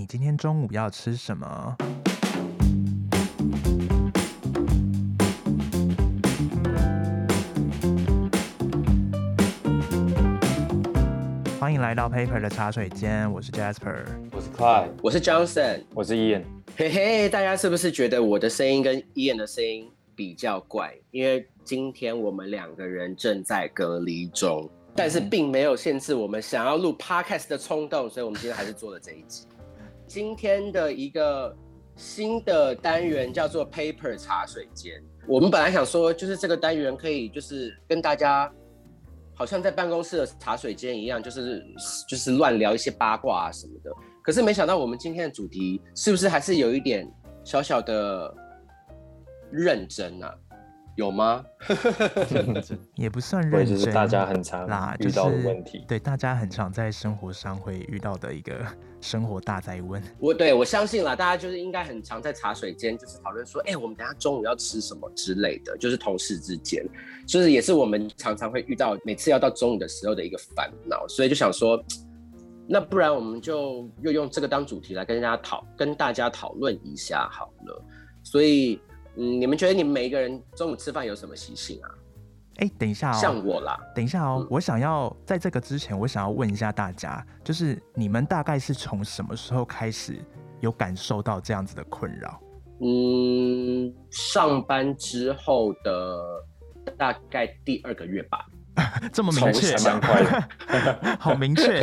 你今天中午要吃什么？欢迎来到 Paper 的茶水间，我是 Jasper， 我是 Clyde， 我是 Johnson， 我是 Ian。 嘿嘿，大家是不是觉得我的声音跟 Ian 的声音比较怪？因为今天我们两个人正在隔离中，但是并没有限制我们想要录 Podcast 的冲动，所以我们今天还是做了这一集。今天的一个新的单元叫做 Paper 茶水间。我们本来想说，就是这个单元可以就是跟大家好像在办公室的茶水间一样，就是乱聊一些八卦啊什么的。可是没想到我们今天的主题是不是还是有一点小小的认真啊？有吗？ 也不算认真， 就是大家很常遇到的问题， 对，大家很常在生活上会遇到的一个生活大哉问。 我相信啦，大家就是应该很常在茶水间就是讨论说，我们等一下中午要吃什么之类的，就是同事之间，就是也是我们常常会遇到，每次要到中午的时候的一个烦恼，所以就想说，那不然我们就又用这个当主题来跟大家讨论一下好了。所以，你们觉得你们每一个人中午吃饭有什么习性啊？ 等一下哦， 像我啦， 等一下哦，我想要在这个之前，我想要问一下大家，就是你们大概是从什么时候开始有感受到这样子的困扰？ 上班之后的大概第2个月吧。 这么明确， 蛮快的， 好明确。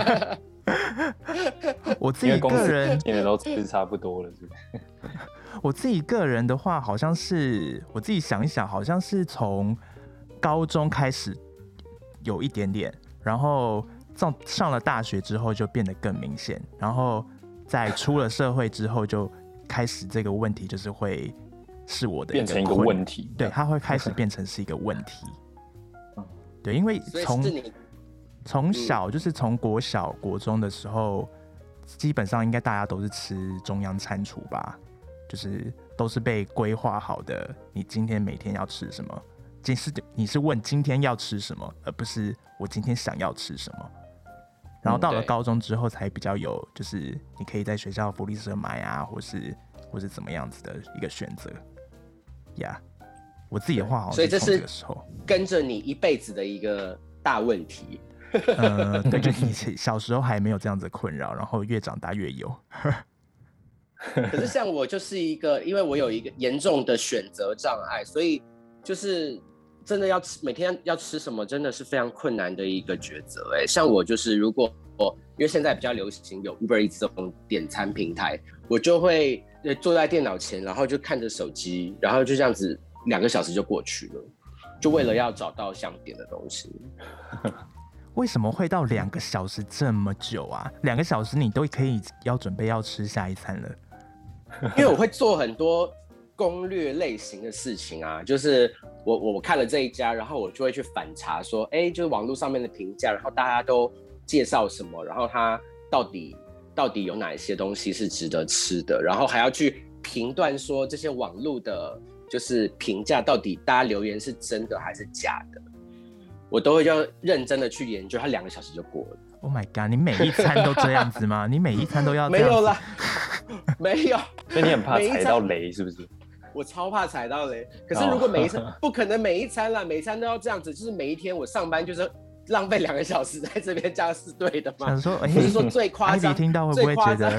我自己个人， 你们都吃差不多了，是不是？ 我自己个人的话，好像是我自己想一想，好像是从高中开始有一点点，然后上了大学之后就变得更明显，然后在出了社会之后就开始这个问题就是会是我的变成一个问题， 对，它会开始变成是一个问题。对，因为从小就是从国小、国中的时候，基本上应该大家都是吃中央餐厨吧，就是都是被规划好的。你今天每天要吃什么？你是问今天要吃什么，而不是我今天想要吃什么。然后到了高中之后，才比较有，就是你可以在学校福利社买啊，或是怎么样子的一个选择呀。我自己的话好像是从这个时候， 所以这是跟着你一辈子的一个大问题。 对，就你小时候还没有这样子的困扰，然后越长大越有。 可是像我就是因为我有一个严重的选择障碍，所以就是真的每天要吃什么，真的是非常困难的一个抉择。像我就是如果因为现在比较流行有 Uber Eats 这种点餐平台，我就会坐在电脑前，然后就看着手机，然后就这样子2个小时就过去了，就为了要找到想点的东西。 为什么会到2个小时这么久啊？2个小时你都可以要准备要吃下一餐了。 因为我会做很多攻略类型的事情啊，就是我看了这一家，然后我就会去反查说，就是网络上面的评价，然后大家都介绍什么，然后它到底有哪一些东西是值得吃的，然后还要去评断说这些网络的就是评价到底大家留言是真的还是假的，我都会要认真的去研究，它2个小时就过了。 Oh my god！ 你每一餐都这样子吗？你每一餐都要这样子？ 没有啦，没有。 所以你很怕踩到雷，是不是？ 我超怕踩到雷。可是如果每一餐不可能每一餐啦，每一餐都要这样子，就是每一天我上班就是浪费2个小时在这边，这样是对的吗？ 想说， 不是说最夸张， 听到会不会觉得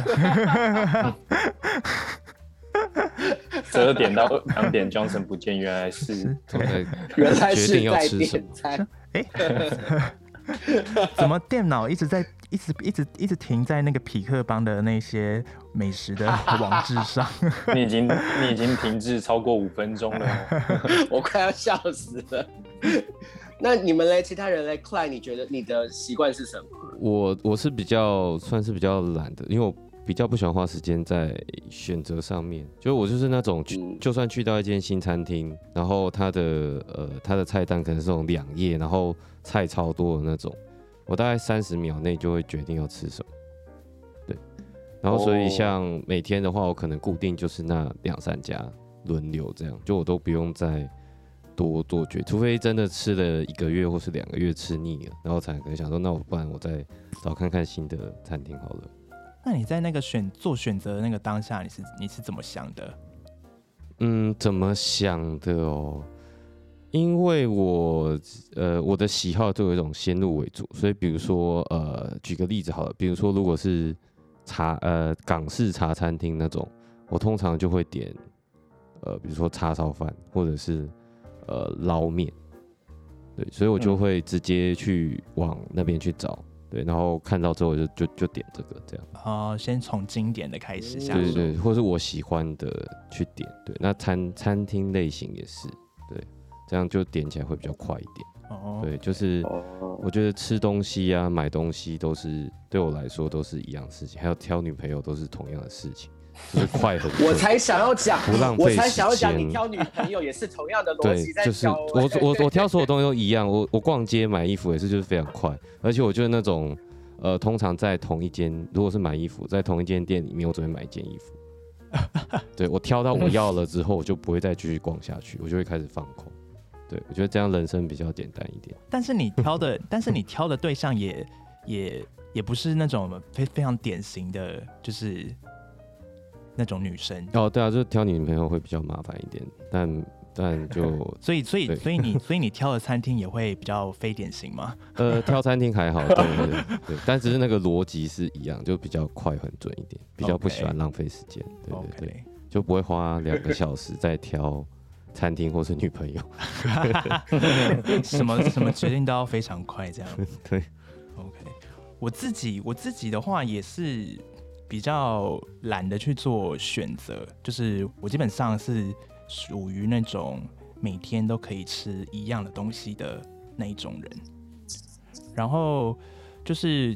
12点到2点 Johnson 不见，原来是在点餐。 怎么电脑一直停在那个匹克邦的那些美食的网志上？ 你已经停滞超过5分钟了， 我快要笑死了。那你们嘞，其他人嘞 ，Clyde， 你觉得你的习惯是什么？ 我是算是比较懒的，因为我比较不喜欢花时间在选择上面。就我就是那种，就算去到一间新餐厅，然后它的菜单可能是那种2页，然后菜超多的那种，我大概30秒内就会决定要吃什么。对，然后所以像每天的话，我可能固定就是那2-3家轮流这样，就我都不用再多决，除非真的吃了1个月或是2个月吃腻了，然后才可能想说，那不然我再找看看新的餐厅好了。 那你在那个做选择的那个当下，你是怎么想的？ 怎么想的哦？因为我的喜好都有一种先入为主，所以比如说举个例子好了，比如说如果是港式茶餐厅那种，我通常就会点比如说叉烧饭或者是捞面，对，所以我就会直接去往那边去找。对，然后看到之后就点这个这样。 先从经典的开始下手。 对对对，或是我喜欢的去点。对，那餐厅类型也是，对，这样就点起来会比较快一点。对，就是我觉得吃东西啊、买东西都是对我来说都是一样的事情，还有挑女朋友都是同样的事情。就是快很我才想要讲， 不浪费时间。 我才想要讲，你挑女朋友也是同样的逻辑在挑。 就是我挑所有东西都一样，我逛街买衣服也是就是非常快，而且我觉得那种通常在同一间，如果是买衣服，在同一间店里面，我只会买一件衣服。对，我挑到我要了之后，我就不会再继续逛下去，我就会开始放空。对，我觉得这样人生比较简单一点。 但是你挑的对象也不是那种非常典型的，就是那种女生。 对啊，就是挑女朋友会比较麻烦一点，但就所以你挑的餐厅也会比较非典型吗？ 挑餐厅还好，对，但只是那个逻辑是一样，就比较快很准一点，比较不喜欢浪费时间，对，就不会花2个小时在挑餐厅或是女朋友。 什么决定都要非常快，这样。 对 ，OK， 我自己的话也是比较懒得去做选择，就是我基本上是属于那种每天都可以吃一样的东西的那一种人。然后就是，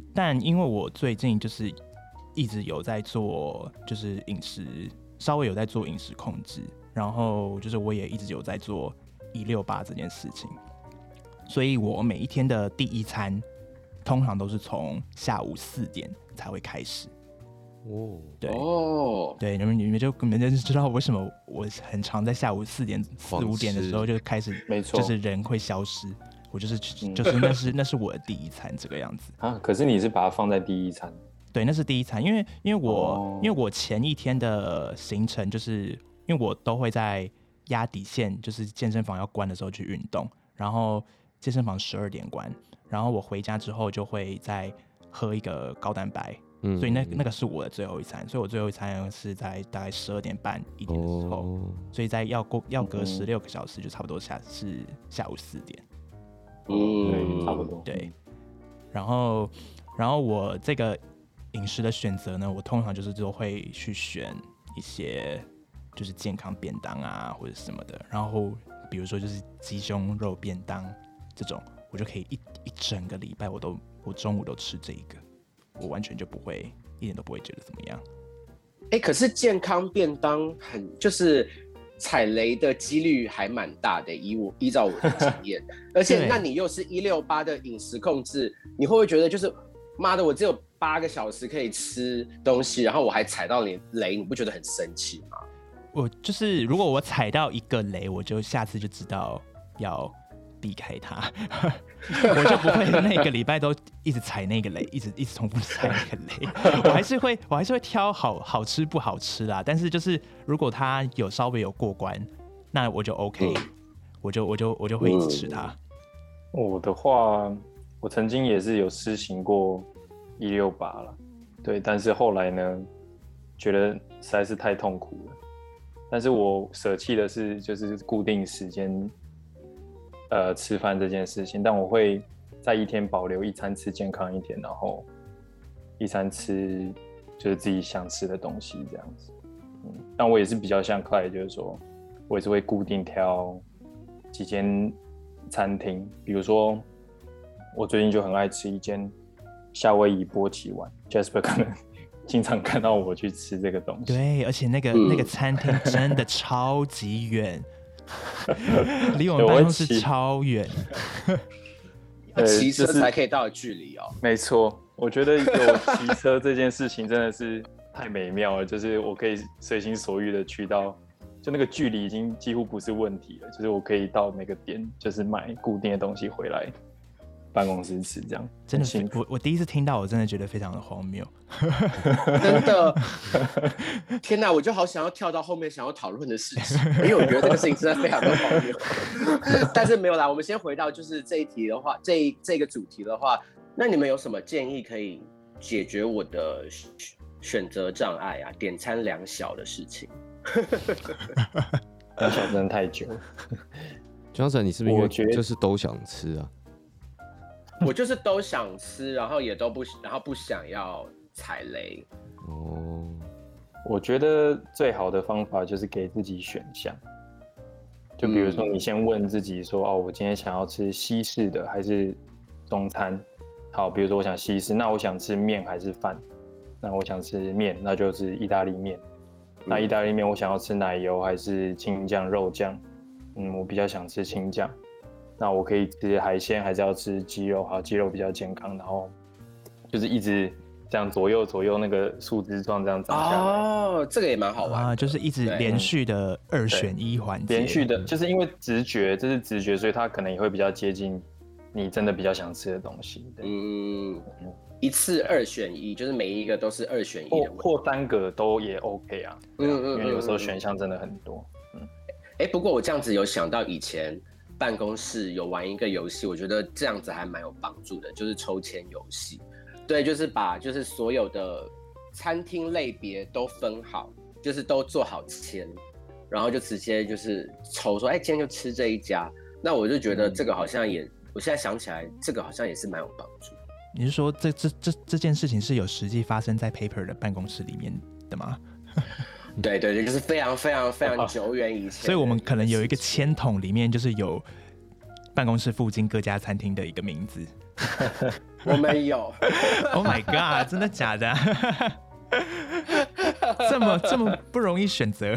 但因为我最近就是一直有在做，就是稍微有在做饮食控制，然后就是我也一直有在做168这件事情，所以我每一天的第一餐通常都是从下午4点才会开始。对，你们就知道为什么我很常在下午4点、4、5点的时候就开始， 没错， 就是人会消失。我就是那是我的第一餐这个样子啊。可是你是把它放在第一餐？ 对，那是第一餐，因为我前一天的行程就是因为我都会在压底线，就是健身房要关的时候去运动，然后健身房12点关，然后我回家之后就会再喝一个高蛋白。所以那个是我的最后一餐，所以我最后一餐是在大概12点半1点的时候，所以在要隔16个小时，就差不多是下午4点。 对，差不多。 对，然后我这个饮食的选择呢，我通常就是都会去选一些就是健康便当啊或者什么的，然后比如说就是鸡胸肉便当这种，我就可以一整个礼拜我中午都吃这一个。我完全就一点都不会觉得怎么样。 可是健康便当就是踩雷的几率还蛮大的，依照我的经验。而且那你又是168的饮食控制，你会不会觉得就是妈的，我只有8个小时可以吃东西，然后我还踩到你雷，你不觉得很生气吗？ 我就是如果我踩到一个雷，我就下次就知道要避开它。我就不会那个礼拜都一直踩那个雷，一直重复踩那个雷。我还是会挑好吃不好吃啦，但是就是如果它稍微有过关，那我就 OK，我就会一直吃它。 我的话，我曾经也是有施行过168啦，对，但是后来呢，觉得实在是太痛苦了。但是我舍弃的是就是固定时间。吃饭这件事情，但我会在一天保留1餐吃健康一点，然后1餐吃就是自己想吃的东西这样子。但我也是比较像 Clay， 就是说我也是会固定挑几间餐厅，比如说我最近就很爱吃一间夏威夷波奇碗 ，Jasper 可能经常看到我去吃这个东西。 对，而且那个餐厅真的超级远。离我们办公室超远， 要骑车才可以到的距离哦。 没错，我觉得有骑车这件事情真的是太美妙了，就是我可以随心所欲的去到，就那个距离已经几乎不是问题了，就是我可以到每个点，就是买固定的东西回来办公室吃，这样真的是我第一次听到，我真的觉得非常的荒谬， 真的，天哪！我就好想要跳到后面想要讨论的事情，因为我觉得这个事情真的非常的荒谬。但是没有啦，我们先回到就是这一题的话，这个主题的话，那你们有什么建议可以解决我的选择障碍啊？点餐2小的事情。 2小真的太久了。 Johnson， 你是不是因为就是都想吃啊？ 我就是都想吃，然后也都不想要踩雷。 哦， 我觉得最好的方法就是给自己选项。就比如说，你先问自己说，我今天想要吃西式的还是中餐？好，比如说我想西式，那我想吃面还是饭？那我想吃面，那就是意大利面。那意大利面我想要吃奶油还是青酱肉酱？我比较想吃青酱。那我可以吃海鲜还是要吃鸡肉？好，鸡肉比较健康，然后就是一直这样左右那个树枝状这样长下来。 哦，这个也蛮好玩的， 就是一直连续的2选1环节。 连续的，就是因为直觉，这是直觉，所以它可能也会比较接近你真的比较想吃的东西。 一次2选1，就是每一个都是2选1的或3个都也 OK 啊。因为有时候选项真的很多。 不过我这样子有想到以前办公室有玩一个游戏，我觉得这样子还蛮有帮助的，就是抽签游戏。对，就是把就是所有的餐厅类别都分好，就是都做好签，然后就直接就是抽说，今天就吃这一家。那我就觉得这个好像也，我现在想起来，这个好像也是蛮有帮助。 你是说这件事情是有实际发生在 Paper 的办公室里面的吗？ 对，就是非常非常非常久远以前， 所以我们可能有一个签筒，里面就是有办公室附近各家餐厅的一个名字。 我们有。 Oh my god！ 真的假的？这么不容易选择。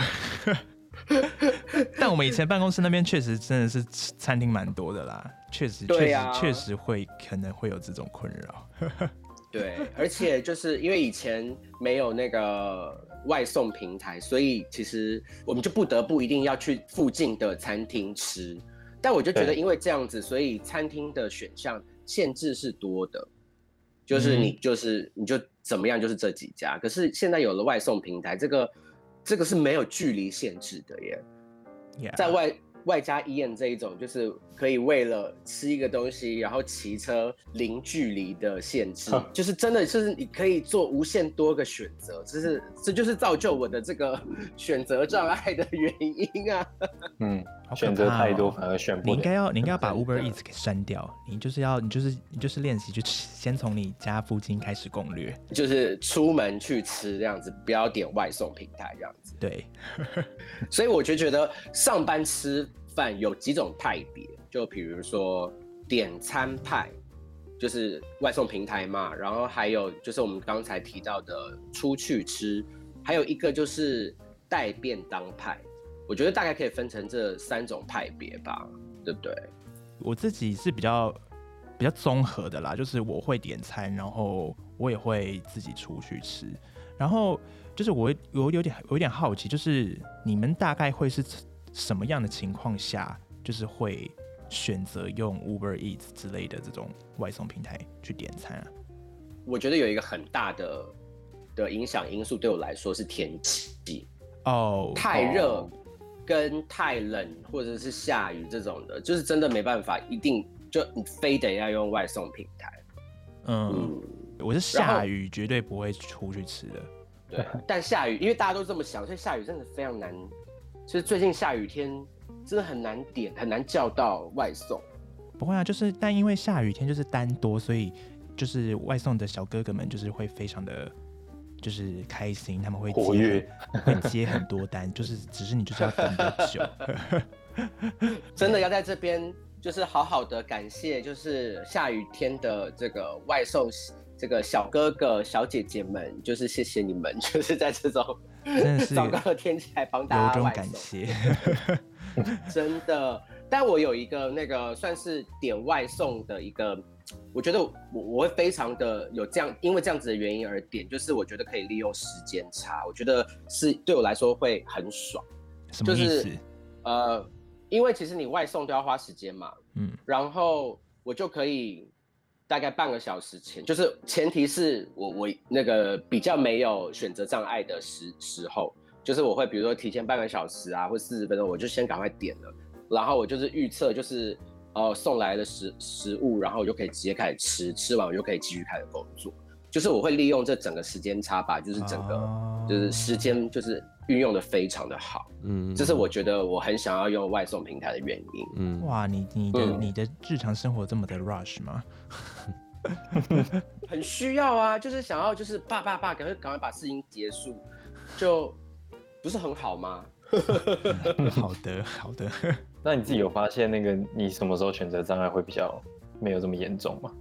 但我们以前办公室那边确实真的是餐厅蛮多的啦，确实可能会有这种困扰。 对，而且就是因为以前没有那个外送平台，所以其实我们就不得不一定要去附近的餐厅吃。但我就觉得因为这样子，所以餐厅的选项限制是多的，就是你就怎么样就是这几家。可是现在有了外送平台，这个是没有距离限制的耶。在外加Ian这一种，就是可以为了吃一个东西，然后骑车零距离的限制，就是真的就是你可以做无限多个选择，这就是造就我的这个选择障碍的原因啊。 选择太多反而选不了。 你应该要把 Uber Eats 给删掉，你就是练习，就先从你家附近开始攻略， 就是出门去吃这样子，不要点外送平台这样子。 对， 所以我就觉得上班吃饭有几种派别，就比如说点餐派，就是外送平台嘛，然后还有就是我们刚才提到的出去吃，还有一个就是带便当派。我觉得大概可以分成这3种派别吧，对不对？我自己是比较综合的啦，就是我会点餐，然后我也会自己出去吃，然后就是我有点好奇，就是你们大概会是什么样的情况下，就是会选择用 Uber Eats 之类的这种外送平台去点餐啊？ 我觉得有一个很大的影响因素，对我来说是天气太热。跟太冷或者是下雨这种的，就是真的没办法，一定就你非得要用外送平台。 我是下雨绝对不会出去吃的。 对，但下雨因为大家都这么想，所以下雨真的非常难。就是最近下雨天真的很难点，很难叫到外送。 不会啊，但因为下雨天就是单多，所以就是外送的小哥哥们就是会非常的。就是开心，他们会接很多单，只是你就是要等得久。 真的要在这边就是好好的感谢，就是下雨天的这个外送这个小哥哥小姐姐们，就是谢谢你们，就是在这种糟糕的天气还帮大家外送，有种感谢。真的，但我有一个那个算是点外送的一个。我觉得我会非常的有因为这样子的原因而点，就是我觉得可以利用时间差，我觉得是对我来说会很爽。 什么意思？ 因为其实你外送都要花时间嘛，然后我就可以大概半个小时前，就是前提是我那个比较没有选择障碍的时候，就是我会比如说提前半个小时啊，或40分钟，我就先赶快点了，然后我就是预测就是送来的食物，然后我就可以直接开始吃，吃完我就可以继续开始工作。就是我会利用这整个时间差吧，就是整个就是时间就是运用的非常的好，这是我觉得我很想要用外送平台的原因。 哇，你的日常生活这么的 rush 吗？ 很需要啊，就是想要就是赶快把事情结束，就不是很好吗？ 好的。 那你自己有发现那个你什么时候选择障碍会比较没有这么严重吗？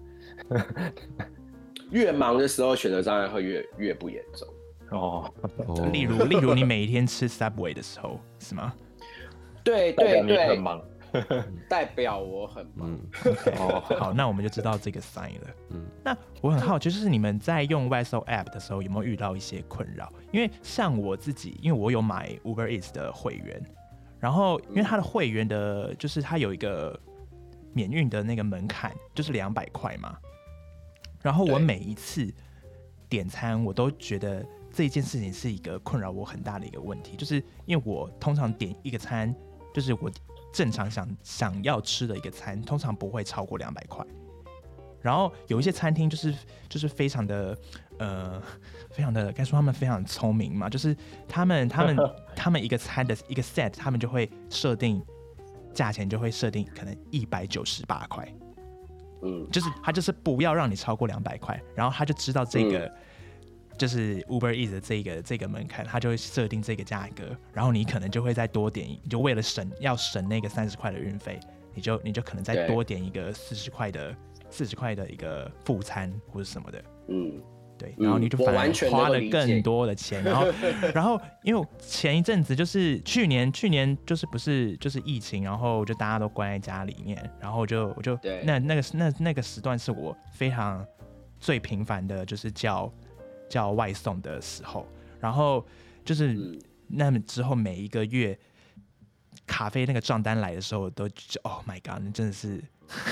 越忙的时候选择障碍会越不严重。 例如你每一天吃 Subway 的时候是吗？ 对， 你很忙， 代表我很忙。 好，那我们就知道这个 sign 了。那我很好奇，就是你们在用外送 app 的时候有没有遇到一些困扰？因为像我自己，因为我有买 Uber Eats 的会员，然后因为它的会员的，就是它有一个免运的那个门槛，就是200块嘛。然后我每一次点餐，我都觉得这一件事情是一个困扰我很大的一个问题，就是因为我通常点一个餐，就是我正常想要吃的一个餐，通常不会超过200块。然后有一些餐厅就是非常的该说他们非常聪明嘛，就是他们一个餐的一个 set， 他们就会设定价钱就会设定可能198块。就是他就是不要让你超过200块，然后他就知道这个就是 Uber Eats 的这个门槛，他就会设定这个价格，然后你可能就会再多点，你就为了省那个30块的运费，你就可能再多点一个40块的一个副餐或者什么的。对，然后你就反而花了更多的钱，然后因为前一阵子就是去年就是疫情，然后就大家都关在家里面，然后我就那个时段是我非常最频繁的，就是叫外送的时候，然后就是那之后每一个月咖啡那个账单来的时候，都Oh my God， 那真的是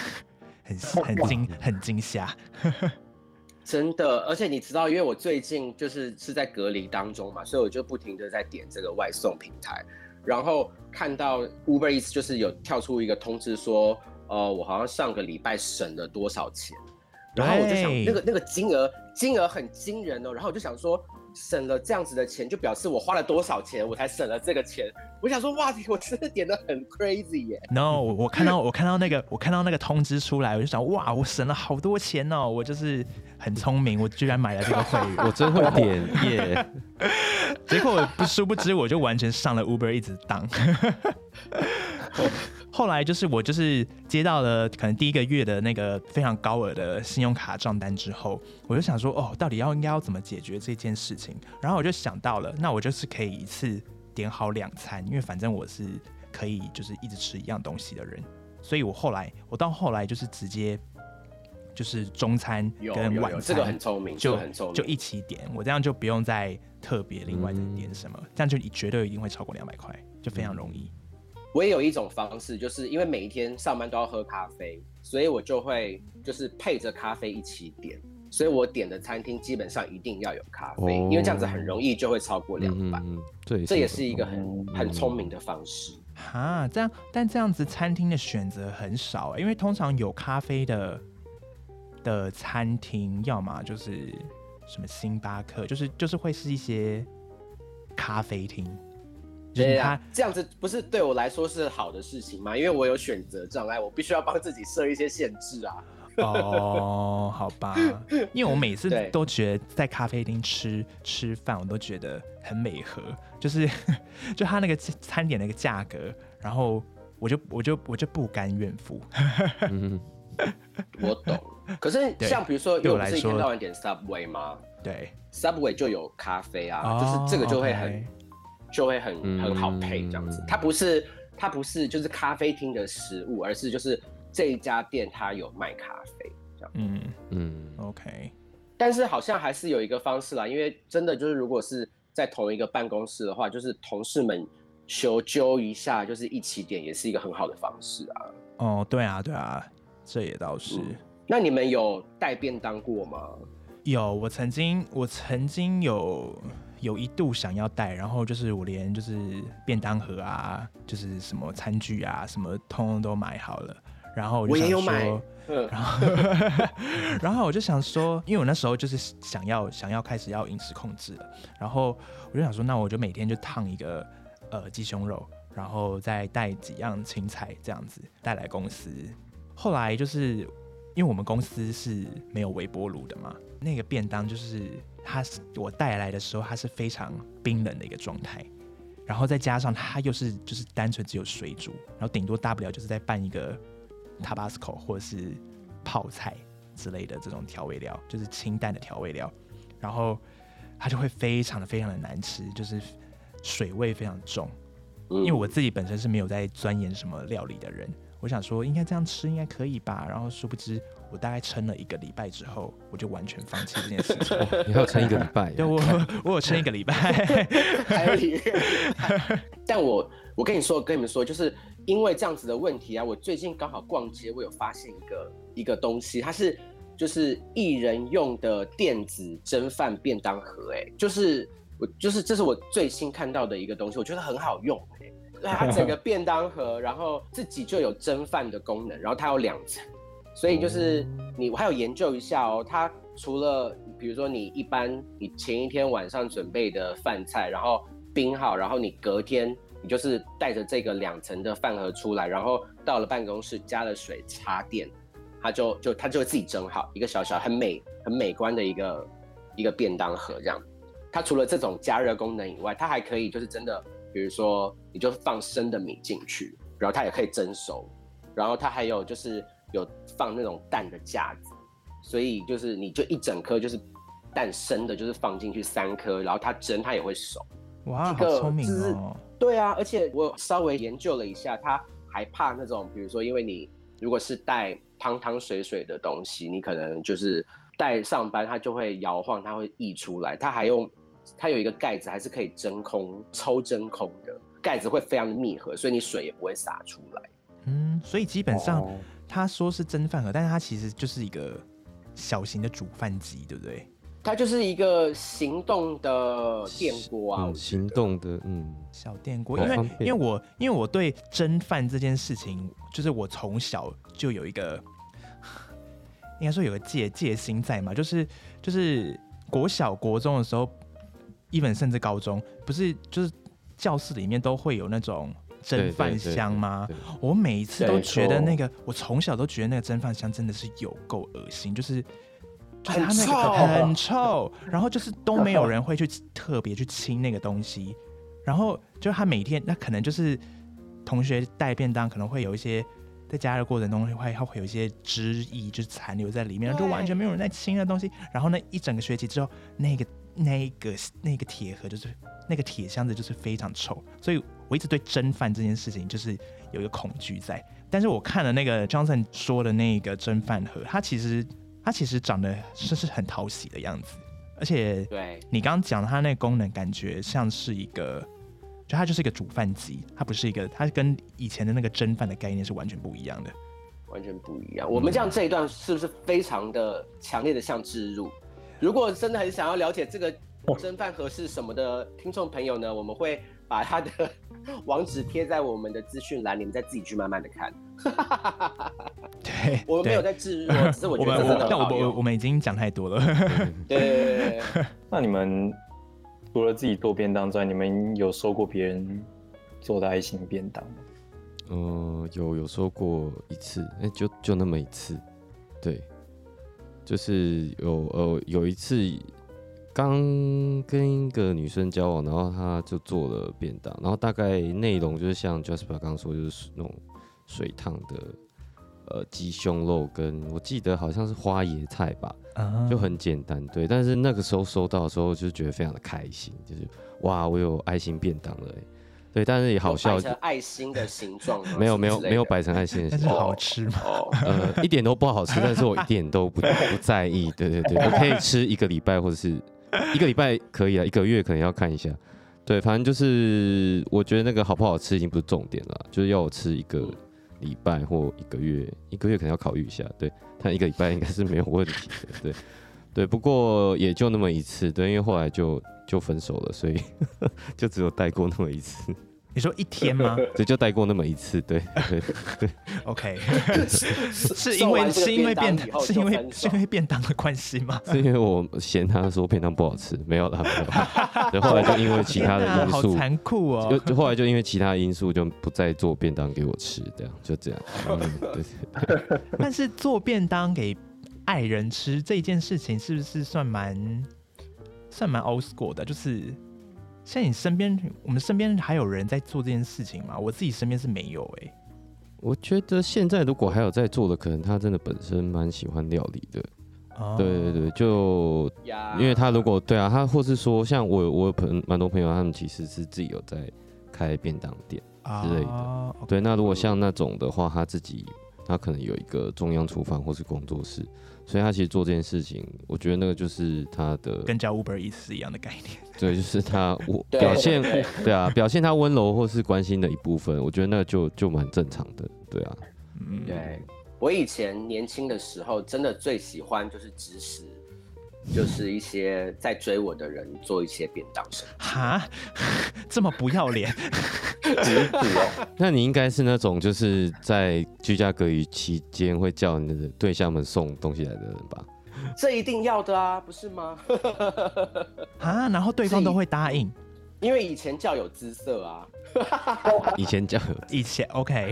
很惊吓。 真的，而且你知道，因为我最近是在隔离当中嘛，所以我就不停的在点这个外送平台，然后看到 Uber Eats 就是有跳出一个通知说，我好像上个礼拜省了多少钱，然后我就想那个金额很惊人哦，然后我就想说，省了这样子的钱，就表示我花了多少钱，我才省了这个钱。我想说，哇，我真的点得很 crazy 耶。 No， 我看到那个通知出来，我就想，哇，我省了好多钱哦，我就是很聪明，我居然买了这个会员， 我真会点耶。 结果殊不知，我就完全上了 Uber 一直当。后来就是我接到了可能第1个月的那个非常高额的信用卡账单之后，我就想说，到底应该要怎么解决这件事情？然后我就想到了，那我就是可以一次点好2餐，因为反正我是可以就是一直吃一样东西的人，所以我到后来就是直接就是中餐跟晚餐， 这个很聪明， 就一起点，我这样就不用再特别另外的点什么，这样就绝对一定会超过200块，就非常容易。 我也有一种方式，就是因为每一天上班都要喝咖啡，所以我就会就是配着咖啡一起点，所以我点的餐厅基本上一定要有咖啡，因为这样子很容易就会超过200。这也是一个很聪明的方式。 但这样子餐厅的选择很少，因为通常有咖啡的餐厅，要么就是什么星巴克，就是会是一些咖啡厅。 对啊，这样子不是对我来说是好的事情吗？因为我有选择障碍，我必须要帮自己设一些限制啊。 好吧，因为我每次都觉得在咖啡厅吃饭，我都觉得很美和，就他那个餐点那个价格，然后我就不甘愿付。 我懂，可是像比如说，因为我不是一天到晚点 Subway 吗？ 对 ，Subway 就有咖啡啊，就是这个就会很好配这样子。它不是就是咖啡厅的食物，而是就是这一家店它有卖咖啡这样。 OK。 但是好像还是有一个方式啦，因为真的就是如果是在同一个办公室的话，就是同事们求揪一下，就是一起点也是一个很好的方式啊。 对啊，这也倒是。 那你们有带便当过吗？ 有，我曾经有一度想要带，然后就是我连就是便当盒啊，就是什么餐具啊，什么通通都买好了。然后我也有买，然后我就想说，因为我那时候就是想要开始要饮食控制了，然后我就想说，那我就每天就烫一个鸡胸肉，然后再带几样青菜这样子带来公司。后来就是因为我们公司是没有微波炉的嘛，那个便当就是我带来的时候，它是非常冰冷的一个状态。然后再加上它又是就是单纯只有水煮，然后顶多大不了就是再拌一个 Tabasco 或者是泡菜之类的这种调味料，就是清淡的调味料，然后它就会非常的难吃，就是水味非常重。因为我自己本身是没有在钻研什么料理的人，我想说应该这样吃应该可以吧，然后殊不知我大概撑了1个礼拜之后，我就完全放弃这件事情。 你还有撑1个礼拜？ 对，我有撑1个礼拜， 还有1个礼拜。但我跟你们说，就是因为这样子的问题啊，我最近刚好逛街，我有发现一个东西，它是就是1人用的电子蒸饭便当盒，这是我最新看到的一个东西，我觉得很好用，它整个便当盒，然后自己就有蒸饭的功能，然后它有2层。所以就是我还有研究一下哦，它除了比如说你前一天晚上准备的饭菜，然后冰好，然后你隔天你就是带着这个2层的饭盒出来，然后到了办公室加了水插电，它就会自己蒸好一个小很美观的一个便当盒这样。它除了这种加热功能以外，它还可以就是真的，比如说你就放生的米进去，然后它也可以蒸熟，然后它还有就是有放那种蛋的架子，所以就是你就一整颗就是蛋生的，就是放进去3颗，然后它蒸它也会熟。 哇，好聪明哦！ 对啊，而且我稍微研究了一下，它还怕那种，比如说因为你如果是带汤水的东西，你可能就是带上班它就会摇晃，它会溢出来。它有一个盖子还是可以抽真空的，盖子会非常的密合，所以你水也不会洒出来。 所以基本上他说是蒸饭盒，但是它其实就是一个小型的煮饭机，对不对？ 它就是一个行动的电锅啊， 行动的小电锅。因为我对蒸饭这件事情，就是我从小就有一个，应该说有个戒心在嘛，就是国小国中的时候，even 甚至高中，不是就是教室里面都会有那种蒸饭香吗？我每一次都觉得我从小都觉得那个蒸饭香真的是有够恶心，就是它那个很臭，然后就是都没有人会去特别去清那个东西，然后就他每天那可能就是同学带便当，可能会有一些在加热过程中会有一些汁液就是残留在里面，就完全没有人在清的东西，然后那一整个学期之后，那个铁盒就是那个铁箱子就是非常臭，所以我一直对蒸饭这件事情就是有一个恐惧在。但是我看了那个 Johnson 说的那个蒸饭盒，它其实长得是很讨喜的样子，而且你刚刚讲的它那个功能，感觉像是一个，就它就是一个煮饭机，它不是一个，它跟以前的那个蒸饭的概念是完全不一样的， 完全不一样。我们这样这一段是不是非常的强烈的像置入？如果真的很想要了解这个蒸饭盒是什么的听众朋友呢，我们会把它的网址贴在我们的资讯栏，你们再自己去慢慢的看。 对， 我们没有在置入，只是我觉得真的很好用。 我们已经讲太多了。 对。 那你们除了自己做便当之外，你们有收过别人做的爱心便当吗？ 有收过一次，就那么一次，对，就是有一次刚跟一个女生交往，然后她就做了便当，然后大概内容就是像 Jasper 刚刚说，就是那种水烫的鸡胸肉，跟我记得好像是花椰菜吧，就很简单，对。但是那个时候收到的时候，就觉得非常的开心，就是哇，我有爱心便当了，对。但是也好笑， 摆成爱心的形状， 没有摆成爱心的形状， 但是好吃吗？ 一点都不好吃，但是我一点都不在意，对，我可以吃1个礼拜，或者是1个礼拜可以啊，1个月可能要看一下，对，反正就是我觉得那个好不好吃已经不是重点了，就是要我吃一个礼拜或1个月，1个月可能要考虑一下，对，但1个礼拜应该是没有问题的，对，对，不过也就那么一次，对，因为后来就分手了，所以就只有带过那么一次。 你说1天吗？ 对，就带过那么一次，对对对。 OK， 是因为便当的关系吗？ 是因为我嫌他说便当不好吃，没有啦，没有啦。对，后来就因为其他的因素， 好残酷哦。 就后来就因为其他的因素，就不再做便当给我吃，这样就这样。对。 但是做便当给爱人吃这件事情，是不是算蛮 old school 的？就是像我们身边还有人在做这件事情吗？我自己身边是没有欸。 我觉得现在如果还有在做的，可能他真的本身蛮喜欢料理的。对对对，就因为他如果对啊，他或是说像我有蛮多朋友，他们其实是自己有在开便当店之类的。对，那如果像那种的话，他可能有一个中央厨房或是工作室，所以他其实做这件事情，我觉得那个就是他的跟叫 Uber Eats 是一样的概念。 对，就是他表现对啊，表现他温柔或是关心的一部分，我觉得那就蛮正常的，对啊。 对，我以前年轻的时候，真的最喜欢就是指使，就是一些在追我的人做一些便当生意。 哈，这么不要脸！ 那你应该是那种就是在居家隔离期间会叫你的对象们送东西来的人吧？ 这一定要的啊，不是吗？ 啊，然后对方都会答应， 因为以前叫有姿色啊。 以前 OK。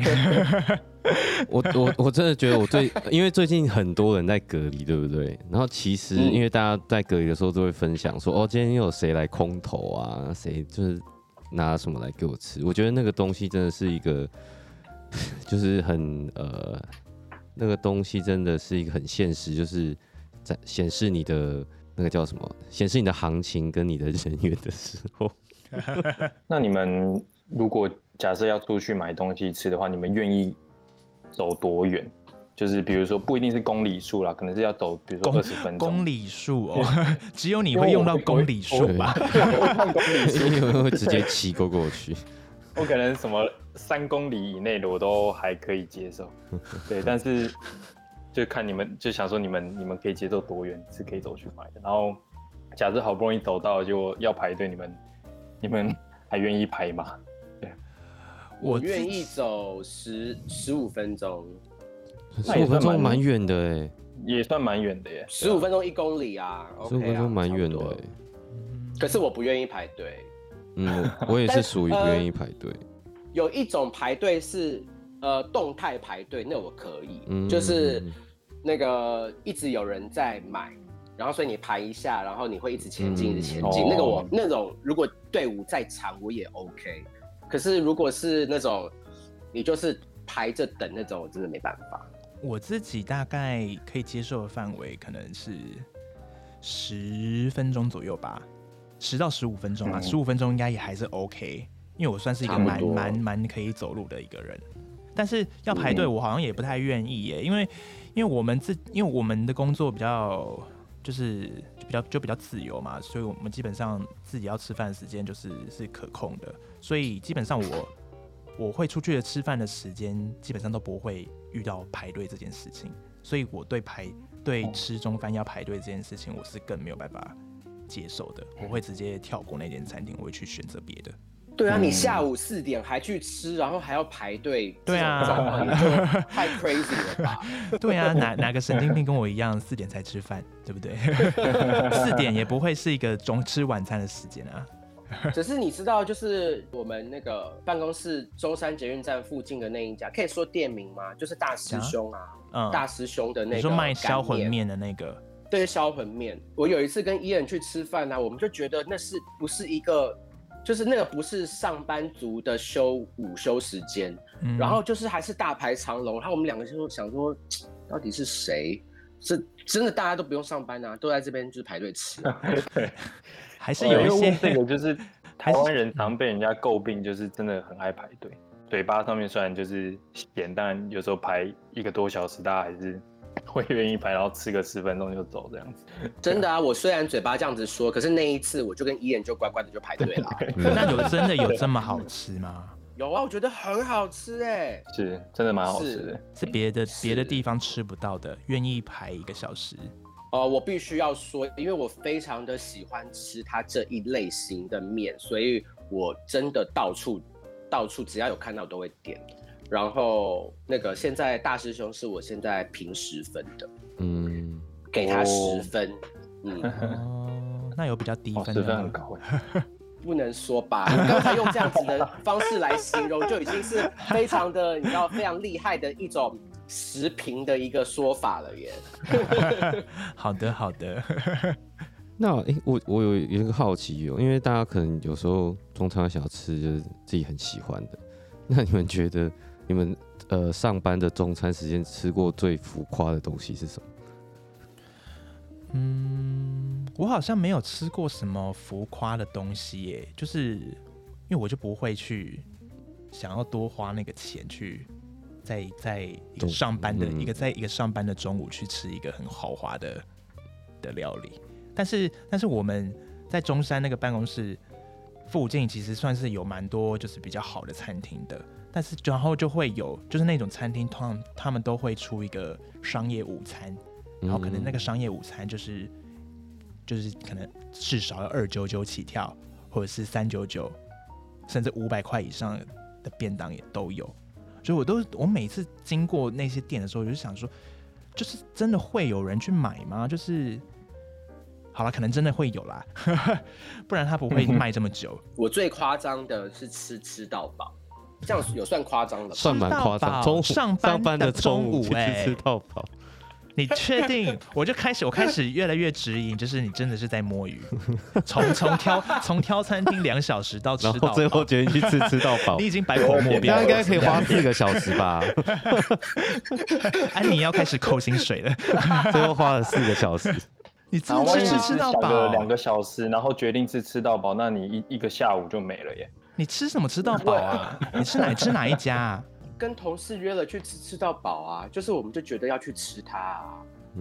我真的觉得因为最近很多人在隔离，对不对？然后其实因为大家在隔离的时候都会分享说，哦，今天又有谁来空投啊？谁就是拿什么来给我吃？我觉得那个东西真的是一个，就是很那个东西真的是一个很现实，就是在显示你的那个叫什么？显示你的行情跟你的人缘的时候。 那你们如果假设要出去买东西吃的话，你们愿意走多远？就是比如说不一定是公里数啦，可能是要走，比如说20分钟。 公里数哦，只有你会用到公里数吧？ 因为我会直接骑过去。 我可能什么3公里以内的我都还可以接受，对，但是就看你们，就想说你们可以接受多远是可以走去买的。然后假设好不容易走到就要排队，你们还愿意排吗？对， 我愿意走15分钟。 15分钟蛮远的哎， 也算蛮远的耶。 15分钟1公里啊 ，15分钟蛮远的哎。 可是我不愿意排队。 我也是属于不愿意排队。 有一种排队是动态排队，那我可以，就是那个一直有人在买，然后所以你排一下，然后你会一直前进，一直前进。那种如果队伍再长，我也 OK。可是如果是那种你就是排着等那种，我真的没办法。 我自己大概可以接受的范围可能是10分钟左右吧，10到15分钟啊，15分钟应该也还是 OK， 因为我算是一个蛮可以走路的一个人。但是要排队，我好像也不太愿意耶，因为我们的工作比较比较自由嘛，所以我们基本上自己要吃饭的时间是可控的，所以基本上我会出去的吃饭的时间基本上都不会遇到排队这件事情，所以我对吃中饭要排队这件事情我是更没有办法接受的，我会直接跳过那间餐厅，我会去选择别的。 对啊，你下午4点还去吃，然后还要排队， 对啊， 太 crazy 了吧？ 对啊，哪个神经病跟我一样4点才吃饭，对不对？4点也不会是一个吃晚餐的时间啊。 只是你知道，就是我们那个办公室中山捷运站附近的那一家，可以说店名吗？就是大师兄啊，大师兄的那个， 你说卖销魂面的那个？ 对，销魂面。我有一次跟伊人去吃饭啊，我们就觉得那是不是一个，就是那个不是上班族的午休时间，然后就是还是大排长龙，然后我们2个就想说，到底是谁？是真的大家都不用上班啊，都在这边就是排队吃啊。 对。 还是有一些这个就是台湾人常被人家诟病，就是真的很爱排队。嘴巴上面虽然就是咸，但有时候排1个多小时，大家还是会愿意排，然后吃个10分钟就走这样子。 真的啊，我虽然嘴巴这样子说，可是那一次我就跟伊人就乖乖的就排队了。 那真的有这么好吃吗？ 有啊，我觉得很好吃哎， 是真的蛮好吃的， 是别的地方吃不到的，愿意排1个小时。 我必须要说，因为我非常的喜欢吃它这一类型的面，所以我真的到处只要有看到都会点。然后那个现在大师兄是我现在评10分的，给他10分， 那有比较低分的 10分很高不能说吧？你刚才用这样子的方式来形容，就已经是非常的，你知道非常厉害的一种10评的一个说法了耶。 好的。 那我有一个好奇因为大家可能有时候中餐想要吃就是自己很喜欢的，那你们觉得你们上班的中餐时间吃过最浮夸的东西是什么？ 我好像没有吃过什么浮夸的东西耶，就是因为我就不会去想要多花那个钱去在一个上班的在一个上班的中午去吃一个很豪华的料理。但是我们在中山那个办公室附近其实算是有蛮多就是比较好的餐厅的，但是然后就会有就是那种餐厅他们都会出一个商业午餐，然后可能那个商业午餐就是可能至少要299起跳，或者是399，甚至500块以上的便当也都有。所以我每次经过那些店的时候，我就想说，就是真的会有人去买吗？就是好了，可能真的会有啦，不然他不会卖这么久。 我最夸张的是吃到饱，这样有算夸张的吗？ 算蛮夸张， 上班的中午吃到饱。 你确定？我开始越来越质疑，就是你真的是在摸鱼，从挑餐厅2小时到吃到饱， 然后最后决定去吃到饱， 你已经百口莫辩了。 那应该可以花4个小时吧？ 安妮要开始扣薪水了， 最后花了4个小时。 你真的吃到饱 2个小时，然后决定吃到饱，那你一个下午就没了耶。 你吃什么吃到饱啊？你吃哪一家啊？ 跟同事约了去吃到饱啊，就是我们就觉得要去吃它啊。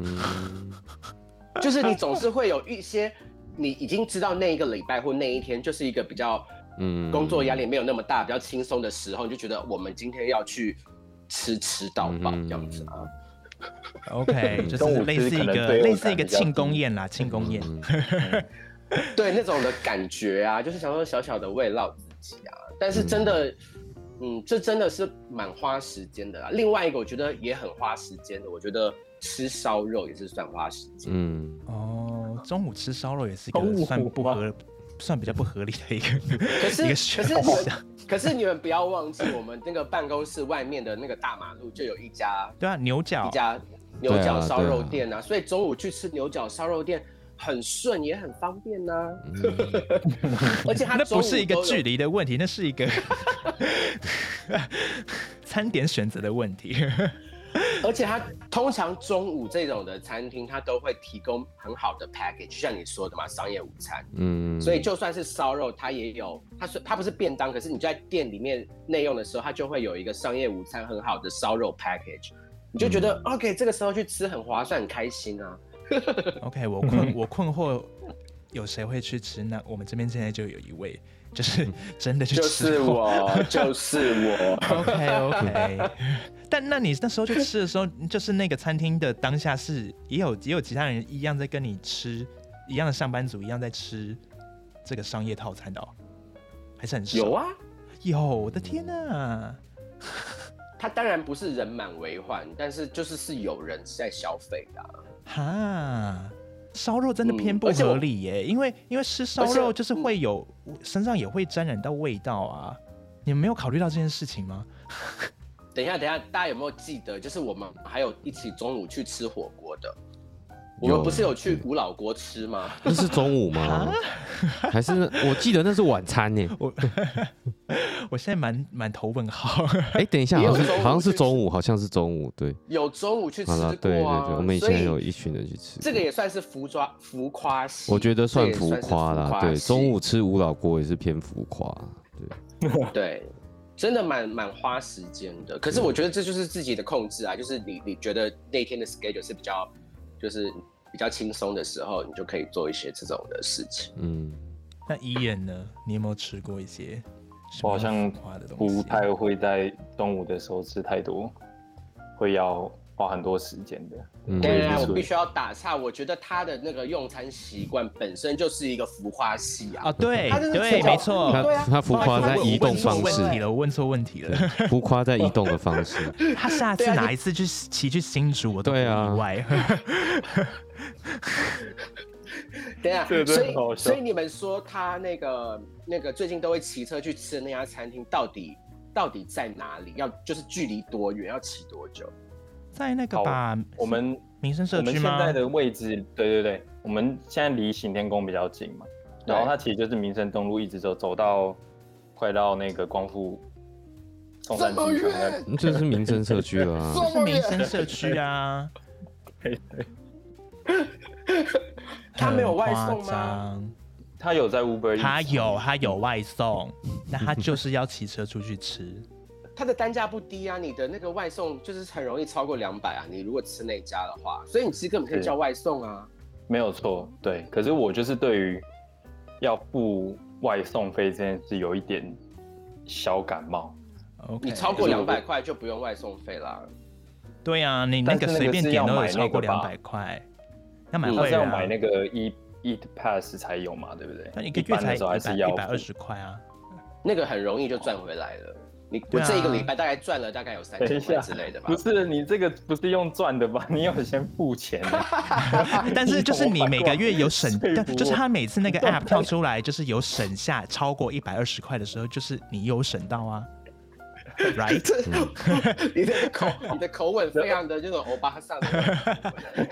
就是你总是会有一些你已经知道那一个礼拜或那一天就是一个比较工作压力没有那么大、比较轻松的时候，你就觉得我们今天要去吃到饱这样子啊。 OK， 就是类似一个庆功宴啦，庆功宴。 对那种的感觉啊，就是想说小小的慰劳自己啊，但是真的。这真的是蛮花时间的啦。另外一个我觉得也很花时间的，我觉得吃烧肉也是算花时间。 中午吃烧肉也是一个算比较不合理的一个选项。 可是你们不要忘记，我们那个办公室外面的那个大马路就有一家， 对啊，一家牛角烧肉店啊，所以中午去吃牛角烧肉店很顺也很方便呐、而且它那不是一个距离的问题，那是一个餐点选择的问题。 而且它通常中午这种的餐厅，它都会提供很好的 package， 就像你说的嘛，商业午餐。所以就算是烧肉，它也有，它不是便当，可是你在店里面内用的时候，它就会有一个商业午餐很好的烧肉 package， 你就觉得 OK， 这个时候去吃很划算，很开心啊。 OK， 我困惑，有谁会去吃？那我们这边现在就有一位，就是真的去吃过， 就是我。 OK， 但那你那时候去吃的时候，就是那个餐厅的当下是也有其他人一样在跟你吃，一样的上班族一样在吃这个商业套餐的哦，还是很少？ 有啊， 有，我的天哪！ 他当然不是人满为患，但是就是有人在消费的、啊。 烧肉真的偏不合理耶，因为吃烧肉就是会有身上也会沾染到味道啊。你们没有考虑到这件事情吗？ 等一下，大家有没有记得，就是我们还有一起中午去吃火锅的？我们不是有去吴老锅吃吗？ 那是中午吗？还是我记得那是晚餐呢？ 我现在蛮头问号。 等一下，好像是中午，好像是中午，对。 有中午去吃过啊。 对，我们以前有一群人去吃。 这个也算是浮夸系。 我觉得算浮夸啦，对。中午吃吴老锅也是偏浮夸，对。 对。真的蛮花时间的，可是我觉得这就是自己的控制啊，就是你觉得那天的 schedule 是比较轻松的时候，你就可以做一些这种的事情。 那Ian呢？你有没有吃过一些我好像不太会在中午的时候吃太多，会要花很多时间的。 对啊，我必须要打岔。我觉得他的那个用餐习惯本身就是一个浮夸系啊。 对对，没错， 他浮夸在移动方式。 我问错问题了， 浮夸在移动的方式。 他下次哪一次骑去新竹，我都不意外。 等一下，所以你们说他那个最近都会骑车去吃的那家餐厅，到底在哪里？就是距离多远？要骑多久？ 在那个吧， 我们民生社区吗？ 我们现在的位置，对，我们现在离行天宫比较近嘛，然后它其实就是民生东路一直走到快到那个光复松山机场， 这是民生社区了啊， 是民生社区啊。 对。 他没有外送吗？ 他有在 Uber Eats， 他有外送，但他就是要骑车出去吃。 它的单价不低啊，你的那个外送就是很容易超过200啊。你如果吃那家的话，所以你其实根本可以叫外送啊。 没有错，对。可是我就是对于要付外送费这件事有一点小感冒。 你超过200块就不用外送费啦。 对啊，你那个随便点都有超过200块，要买会员啊。 是要买那个 Eat Pass 才有嘛，对不对？ 那一个月才120块啊， 那个很容易就赚回来了。我这一个礼拜大概赚了大概有3000块之类的吧。 不是，你这个不是用赚的吧？你有先付钱。 但是就是你每个月有省，就是他每次那个 app 跳出来，就是有省下超过120块的时候，就是你有省到啊。Right， 你的口吻非常的这种欧巴桑的，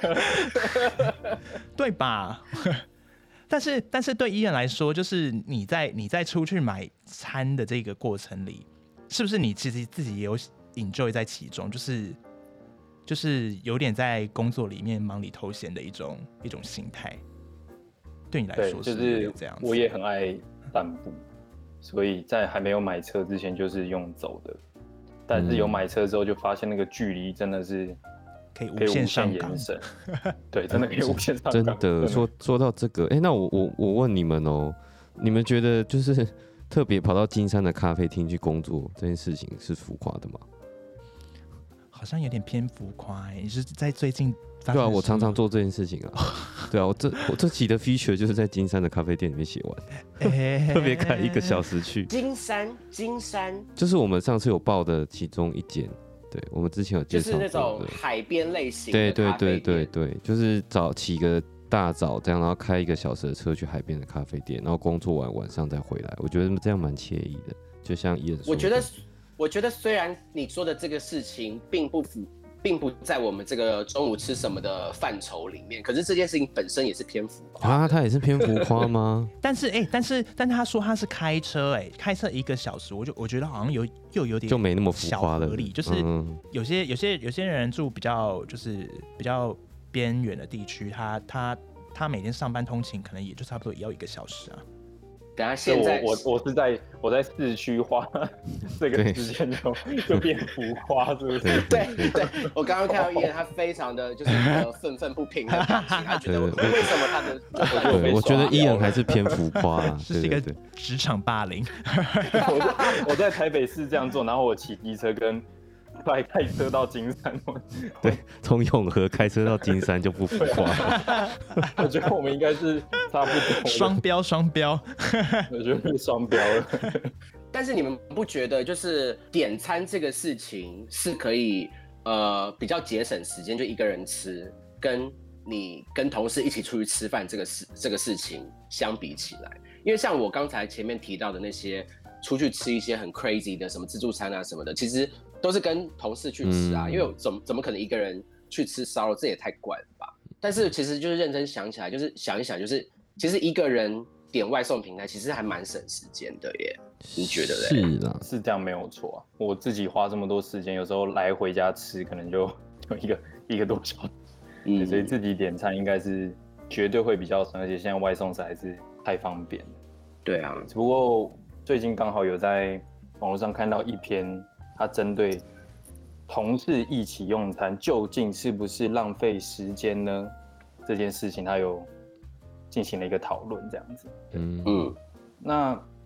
对吧？但是对Ian来说，就是你在出去买餐的这个过程里，是不是你其实自己也有 enjoy 在其中？就是有点在工作里面忙里偷闲的一种心态。对你来说是这样子。 我也很爱散步。所以在还没有买车之前就是用走的，但是有买车之后就发现那个距离真的是可以无限延伸，对，真的可以无限上真的说到这个，那我问你们哦，你们觉得就是特别跑到金山的咖啡厅去工作这件事情是浮夸的吗？ 好像有点偏浮夸你是在最近？ 对啊，我常常做这件事情啊。对啊，我这期的 feature 就是在金山的咖啡店里面写完，特别开1个小时去。 金山就是我们上次有报的其中一间，对，我们之前有介绍过的， 就是那种海边类型的咖啡店。 对，就是起个大早这样，然后开1个小时的车去海边的咖啡店，然后工作完晚上再回来，我觉得这样蛮惬意的。就像Ian说的， 我觉得虽然你说的这个事情并不在我们这个中午吃什么的范畴里面，可是这件事情本身也是偏浮夸啊，他也是偏浮夸吗？ 但是他说他是开车1个小时，我觉得好像有点就没那么浮夸了， 就是有些人住比较边远的地区，他每天上班通勤可能也就差不多也要1个小时啊。 等下现在我在市区花这个时间就变浮夸，是不是？ 对，我刚刚看到Ian他非常的就是愤愤不平的表情，他觉得为什么他的我觉得Ian还是偏浮夸啦， 是一个职场霸凌。 我在台北市这样做，然后我骑机车跟开车到金山， 对，从永和开车到金山就不浮夸。 我觉得我们应该是差不多双标， 我觉得是双标了。 但是你们不觉得就是点餐这个事情是可以比较节省时间，就一个人吃，跟你跟同事一起出去吃饭这个事情相比起来，因为像我刚才前面提到的那些出去吃一些很 crazy 的什么自助餐啊什么的，其实都是跟同事去吃啊，因为怎么可能一个人去吃烧肉，这也太怪了吧？但是其实就是认真想起来，就是想一想，就是其实一个人点外送平台其实还蛮省时间的耶，你觉得嘞？ 是啦， 是这样没有错啊。我自己花这么多时间，有时候来回家吃可能就一个多小时，所以自己点餐应该是绝对会比较省，而且现在外送实在是太方便了。 对啊， 只不过最近刚好有在网络上看到一篇。他针对同事一起用餐究竟是不是浪费时间呢？这件事情他有进行了一个讨论，这样子。那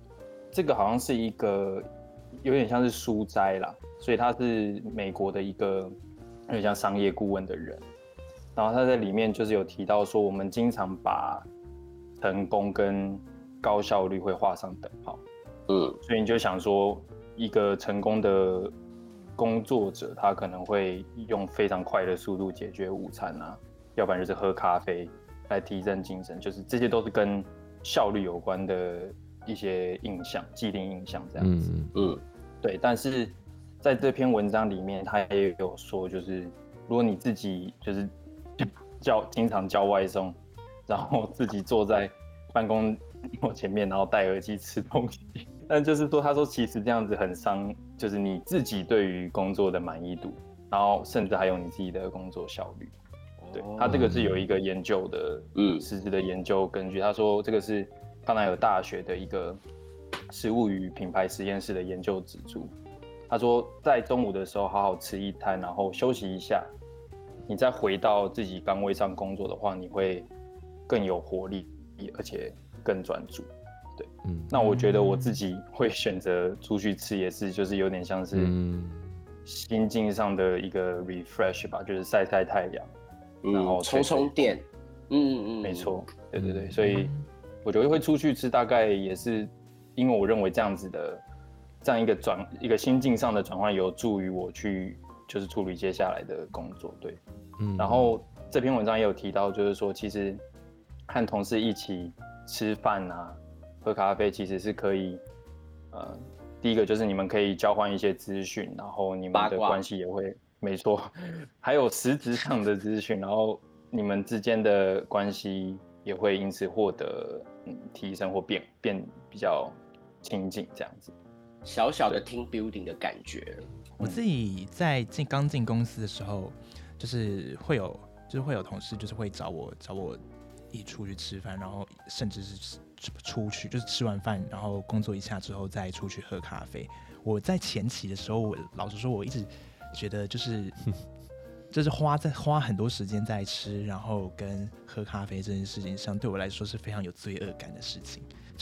这个好像是一个有点像是书斋啦，所以他是美国的一个有点像商业顾问的人，然后他在里面就是有提到说，我们经常把成功跟高效率会画上等号，所以你就想说，一个成功的工作者，他可能会用非常快的速度解决午餐啊，要不然就是喝咖啡来提振精神，就是这些都是跟效率有关的一些印象、既定印象这样子。对。但是在这篇文章里面，他也有说，就是如果你自己就是经常叫外送，然后自己坐在办公桌前面，然后戴耳机吃东西，但就是说，他说其实这样子很伤，就是你自己对于工作的满意度，然后甚至还有你自己的工作效率。对，他这个是有一个研究的，实质的研究根据。他说这个是康奈尔大学的一个食物与品牌实验室的研究指出。他说，在中午的时候好好吃一餐，然后休息一下，你再回到自己岗位上工作的话，你会更有活力，而且更专注。对，那我觉得我自己会选择出去吃，也是就是有点像是心境上的一个 refresh 吧，就是晒晒太阳。然后充电， 没错，对对对，所以我觉得会出去吃，大概也是因为我认为这样一个心境上的转换，有助于我去就是处理接下来的工作，对，然后这篇文章也有提到，就是说其实和同事一起吃饭啊、喝咖啡，其实是可以，第一个就是你们可以交换一些资讯，然后你们的关系也会。没错，还有实质上的资讯，然后你们之间的关系也会因此获得提升或变比较亲近，这样子。 小小的 team building 的感觉。 我自己在刚进公司的时候，就是会有同事就是会找我一起出去吃饭，然后甚至是出去就是吃完饭，然后工作一下之后再出去喝咖啡。我在前期的时候，老实说，我一直觉得就是花很多时间在吃，然后跟喝咖啡这件事情上，对我来说是非常有罪恶感的事情。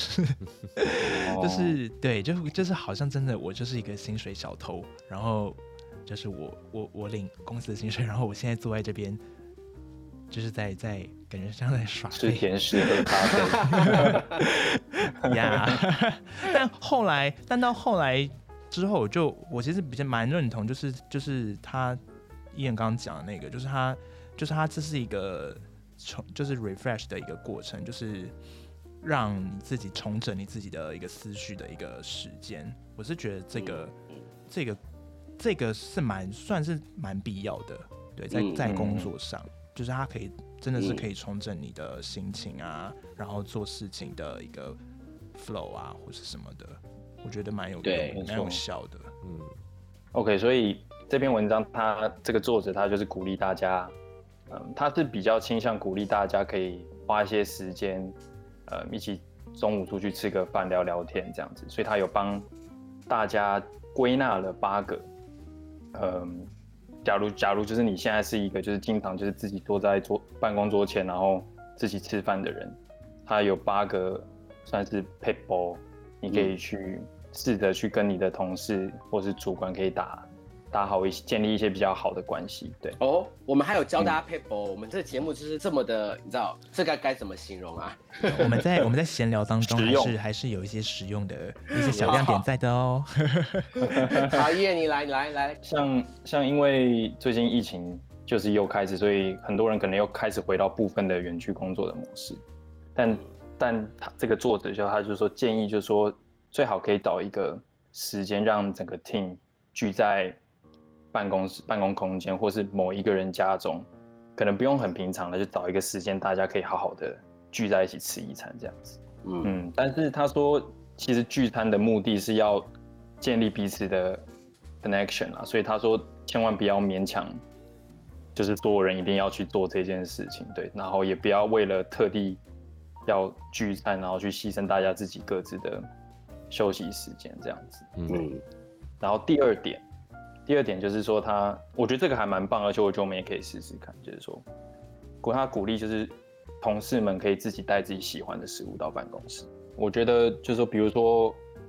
就是对，就是好像真的我就是一个薪水小偷，然后就是我领公司的薪水，然后我现在坐在这边，就是在感觉像在耍吃甜食喝咖啡呀。但到后来之后，我其实比较蛮认同，就是他Ian刚刚讲的那个，就是他这是一个就是 refresh 的一个过程，就是让你自己重整你自己的一个思绪的一个时间。我是觉得这个是算是蛮必要的，对，在工作上，就是它真的是可以重整你的心情啊，然后做事情的一个 flow 啊，或是什么的。我觉得蛮有效的。 OK， 所以这篇文章他这个作者他就是鼓励大家，他是比较倾向鼓励大家可以花一些时间，一起中午出去吃个饭聊聊天这样子。所以他有帮大家归纳了8个，假如就是你现在是一个就是经常就是自己坐在办公桌前然后自己吃饭的人，他有8个算是 pitfall， 你可以去试着去跟你的同事或是主管可以打好建立一些比较好的关系。对哦，我们还有教大家 people，我们这个节目就是这么的，你知道这该怎么形容啊？ 我们在闲聊当中还是有一些实用的一些小亮点在的哦。 好，叶你来， 像因为最近疫情就是又开始，所以很多人可能又开始回到部分的远距工作的模式，但他这个作者他就说建议就是说最好可以找一个时间让整个 team 聚在办公空间，或是某一个人家中，可能不用很平常的，就找一个时间，大家可以好好的聚在一起吃一餐这样子。但是他说，其实聚餐的目的是要建立彼此的 connection 啊，所以他说千万不要勉强，就是所有人一定要去做这件事情，对，然后也不要为了特地要聚餐，然后去牺牲大家自己各自的休息时间这样子。然后第二点就是说我觉得这个还蛮棒，而且我觉得我们也可以试试看，就是说，他鼓励就是同事们可以自己带自己喜欢的食物到办公室。我觉得就是说，比如说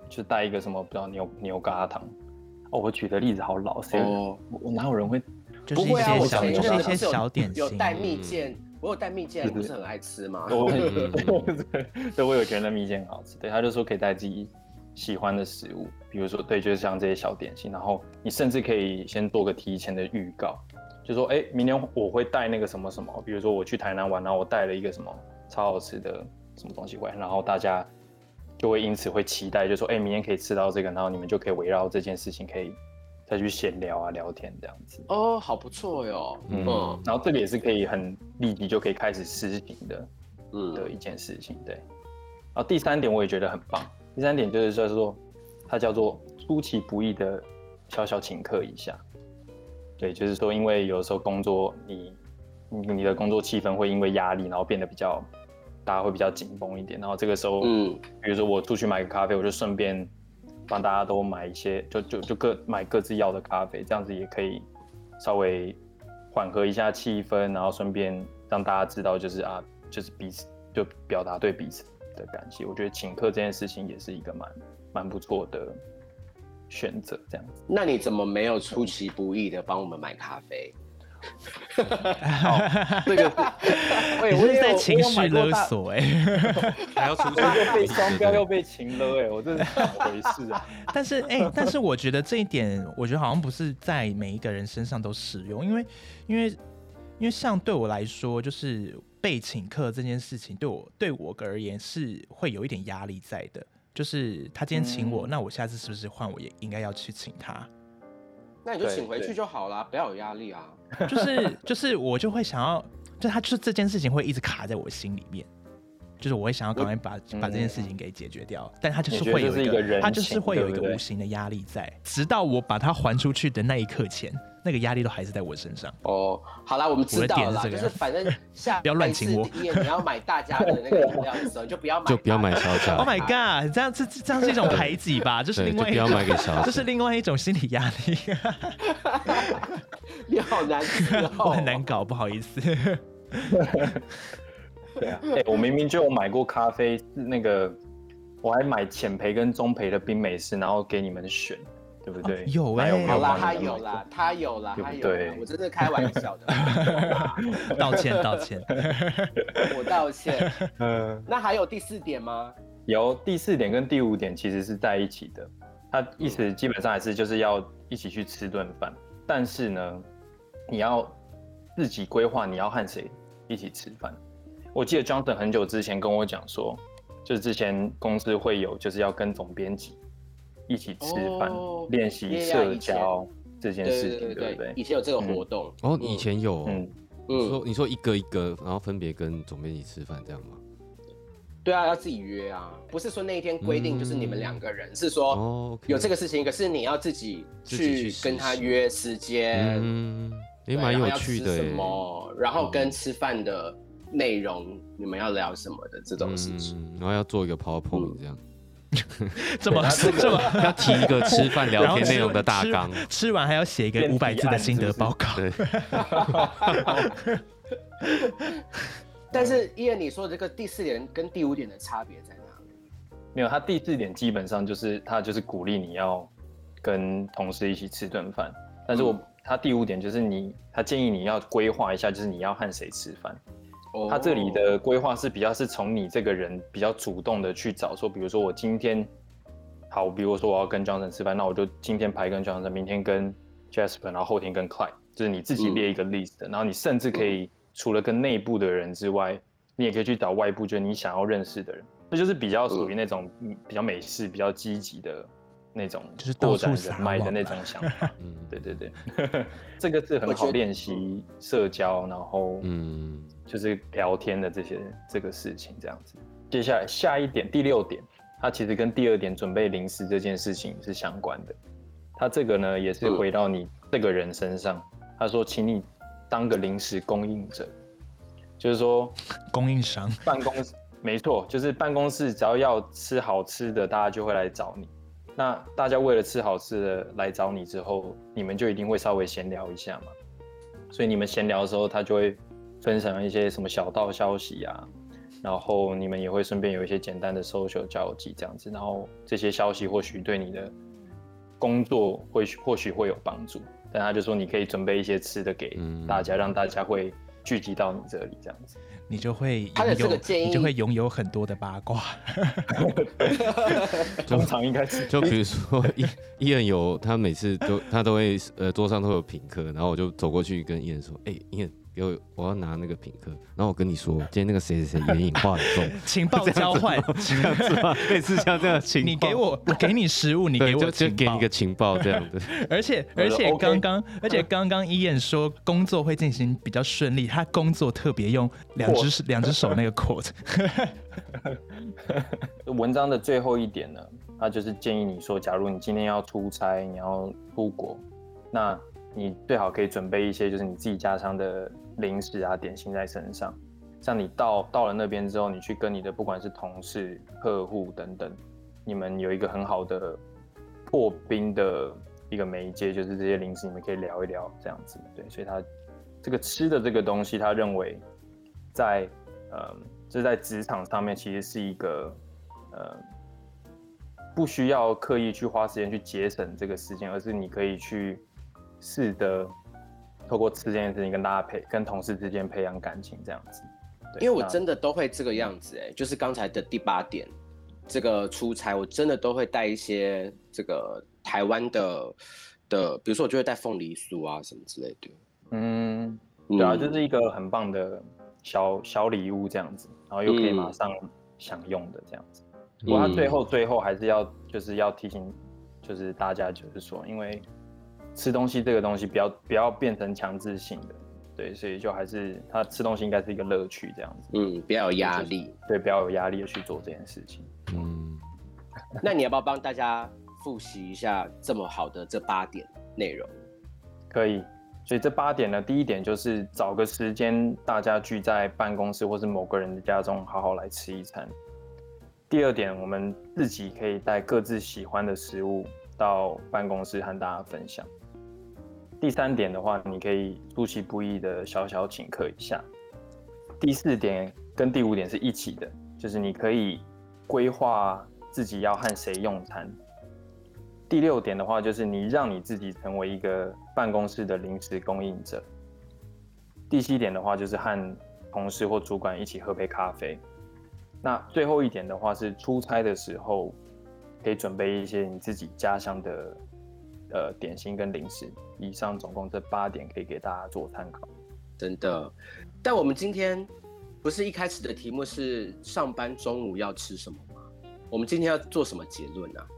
就带一个什么不知道牛轧糖。哦，我举的例子好老，我哪有人会？ 就是一些小点心， 有带蜜饯，我有带蜜饯，不是很爱吃吗？ 对，我有觉得蜜饯很好吃。对，他就说可以带自己喜欢的食物，比如说对，就是像这些小点心，然后你甚至可以先做个提前的预告，就说明年我会带那个什么什么，比如说我去台南玩，然后我带了一个什么超好吃的什么东西回来，然后大家就会因此会期待，就说明年可以吃到这个，然后你们就可以围绕这件事情可以再去闲聊啊、聊天这样子。 哦，好不错哟。 然后这个也是可以很立即就可以开始施行的一件事情。对。然后第3点我也觉得很棒。第3点就是说，它叫做出其不意的小小请客一下。对，就是说，因为有的时候工作你的工作气氛会因为压力，然后变得大家会比较紧绷一点。然后这个时候，比如说我出去买个咖啡，我就顺便帮大家都买一些，就买各自要的咖啡，这样子也可以稍微缓和一下气氛，然后顺便让大家知道，就是彼此就表达对彼此的感谢。我觉得请客这件事情也是一个蛮不错的选择，这样子。 那你怎么没有出其不意的帮我们买咖啡？ 这个你是在情绪勒索还要出去又被双标又被情勒我真的是怎么回事啊？ 但是我觉得这一点，我觉得好像不是在每一个人身上都适用，因为像对我来说，就是被请客这件事情，对我而言是会有一点压力在的。就是他今天请我，那我下次是不是换我也应该要去请他？ 那你就请回去就好啦，不要有压力啊。 就是我就会想要，就是这件事情会一直卡在我心里面，就是我会想要赶快把这件事情给解决掉，但他就是会有一个无形的压力在，直到我把它还出去的那一刻前，那个压力都还是在我身上。 哦，好啦，我们知道了啦，就是反正不要乱请我。 你要买大家的那个饮料的时候，就不要买小家。 Oh my god， 这样是一种排挤吧？就是另外一种， 不要买给小家， 这是另外一种心理压力。 你好难吃哦， 我很难搞，不好意思。 对啊，我明明就有买过咖啡，那个我还买浅焙跟中焙的冰美式，然后给你们选，对不对？ 有好啦，他有啦，我真的开玩笑的。 道歉。 我道歉。那还有第4点吗？ 有，第4点跟第5点其实是在一起的，它意思基本上还是就是要一起去吃顿饭，但是呢，你要自己规划你要和谁一起吃饭。我记得 Johnson 很久之前跟我讲说，就是之前公司会有就是要跟总编辑一起吃饭，练习社交这件事情，对不对？ 以前有这个活动。 以前有。你说一个一个，然后分别跟总编辑吃饭这样吗？ 对啊，要自己约啊，不是说那一天规定就是你们2个人，是说有这个事情，可是你要自己去跟他约时间， 也蛮有趣的。 什么，然后跟吃饭的内容，你们要聊什么的这种事情， 然后要做一个 PowerPoint 这样。 这么要提一个吃饭聊天内容的大纲， 吃完还要写一个500字的心得报告。 对。 但是Ian你说的这个第4点跟第5点的差别在哪里？ 没有，他第4点基本上就是他就是鼓励你要跟同事一起吃顿饭，但是他第5点就是他建议你要规划一下，就是你要和谁吃饭。他这里的规划是比较是从你这个人比较主动的去找，说比如说我今天好，比如说我要跟 Johnson 吃饭，那我就今天排跟 Johnson， 明天跟 Jasper， 然后后天跟 Clyde， 就是你自己列一个 list，然后你甚至可以除了跟内部的人之外，你也可以去找外部，就是你想要认识的人，这就是比较属于那种比较美式、比较积极的那种拓展人脉的那种想法。对，这个是很好练习社交，然后就是聊天的这个事情这样子。接下来下一点第6点，它其实跟第2点准备零食这件事情是相关的。它这个呢也是回到你这个人身上。他说，请你当个零食供应者，就是说供应商。 办公室没错，就是办公室只要吃好吃的，大家就会来找你。那大家为了吃好吃的来找你之后，你们就一定会稍微闲聊一下嘛。所以你们闲聊的时候，他就会分享一些什么小道消息啊， 然后你们也会顺便有一些简单的 social 交集这样子，然后这些消息或许对你的工作或许会有帮助，但他就说你可以准备一些吃的给大家，让大家会聚集到你这里这样子。 你就会他的这个建议， 你就会拥有很多的八卦。 通常应该是， 就比如说伊恩有他每次他都会桌上都会有品客，然后我就走过去跟伊恩说，伊恩给我要拿那个品客，然后我跟你说，今天那个谁谁谁眼影画很重， 情报交换这样子吗？类似像这样情报， 你给我给你食物，你给我情报， 就给你一个情报这样子。 而且刚刚伊恩说工作会进行比较顺利，他工作特别用两只手那个 quote。 文章的最后一点呢，他就是建议你说，假如你今天要出差，你要出国，那你最好可以准备一些就是你自己家乡的零食啊、点心在身上。像你到了那边之后，你去跟你的不管是同事、客户等等，你们有一个很好的破冰的一个媒介，就是这些零食你们可以聊一聊这样子。对，所以他这个吃的这个东西，他认为这在职场上面其实是一个不需要刻意去花时间去节省这个时间，而是你可以去试着透过吃这件事情跟同事之间培养感情这样子。 因为我真的都会这个样子，就是刚才的第8点，这个出差我真的都会带一些这个台湾的，比如说我就会带凤梨酥啊什么之类的。 对啊，就是一个很棒的小礼物这样子，然后又可以马上享用的这样子。不过他最后还是要提醒，就是大家就是说，因为吃东西这个东西不要变成强制性的。对，所以就还是他吃东西应该是一个乐趣这样子。 不要有压力。 对，不要有压力的去做这件事情。 那你要不要帮大家复习一下这么好的这8点内容？ 可以。所以这8点呢，第一点就是找个时间，大家聚在办公室或是某个人的家中，好好来吃一餐。第2点，我们自己可以带各自喜欢的食物到办公室和大家分享。第3点的话，你可以出其不意的小小请客一下。第4点跟第5点是一起的，就是你可以规划自己要和谁用餐。第6点的话，就是你让你自己成为一个办公室的临时供应者。第7点的话，就是和同事或主管一起喝杯咖啡。那最后一点的话，是出差的时候可以准备一些你自己家乡的点心跟零食。以上总共这8点可以给大家做参考。 真的，但我们今天不是一开始的题目是上班中午要吃什么吗？我们今天要做什么结论啊？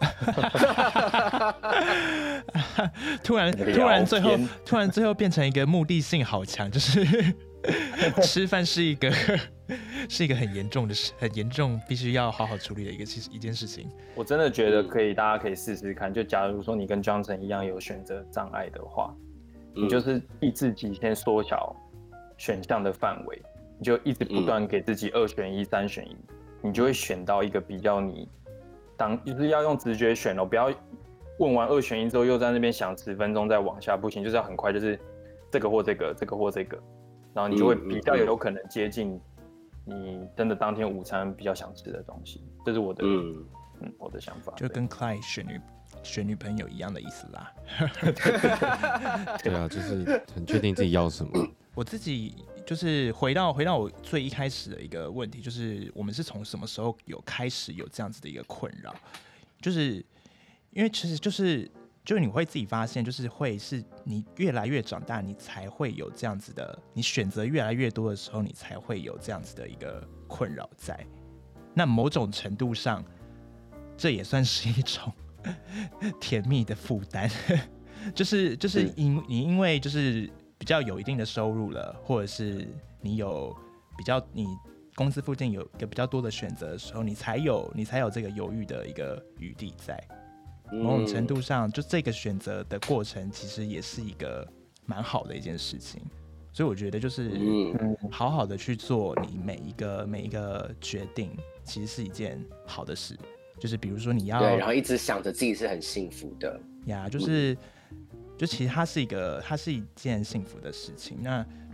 突然最后变成一个目的性好强，就是吃饭是一个很严重必须要好好处理的一件事情。 我真的觉得大家可以试试看。就假如说你跟 Johnson 一样有选择障碍的话，你就是逼自己先缩小选项的范围，你就一直不断给自己2选1、3选1，你就会选到一个比较你就是要用直觉选哦，不要问完2选1之后又在那边想10分钟再往下，不行，就是要很快，就是这个或这个，这个或这个，然后你就会比较有可能接近你真的当天午餐比较想吃的东西。这是我的我的想法， 就跟 Clyde 选女朋友一样的意思啦。 对啊，就是很确定自己要什么。 我自己就是回到我最一开始的一个问题，就是我们是从什么时候开始有这样子的一个困扰？就是因为其实就是你会自己发现，就是会是你越来越长大，你才会有这样子的，你选择越来越多的时候，你才会有这样子的一个困扰在。那某种程度上，这也算是一种甜蜜的负担，就是你因为就是比较有一定的收入了，或者是你公司附近有一个比较多的选择的时候，你才有这个犹豫的一个余地在。某种程度上，就这个选择的过程，其实也是一个蛮好的一件事情。所以我觉得就是好好的去做你每一个决定，其实是一件好的事。就是比如说你要对，然后一直想着自己是很幸福的呀，就其实它是一件幸福的事情。那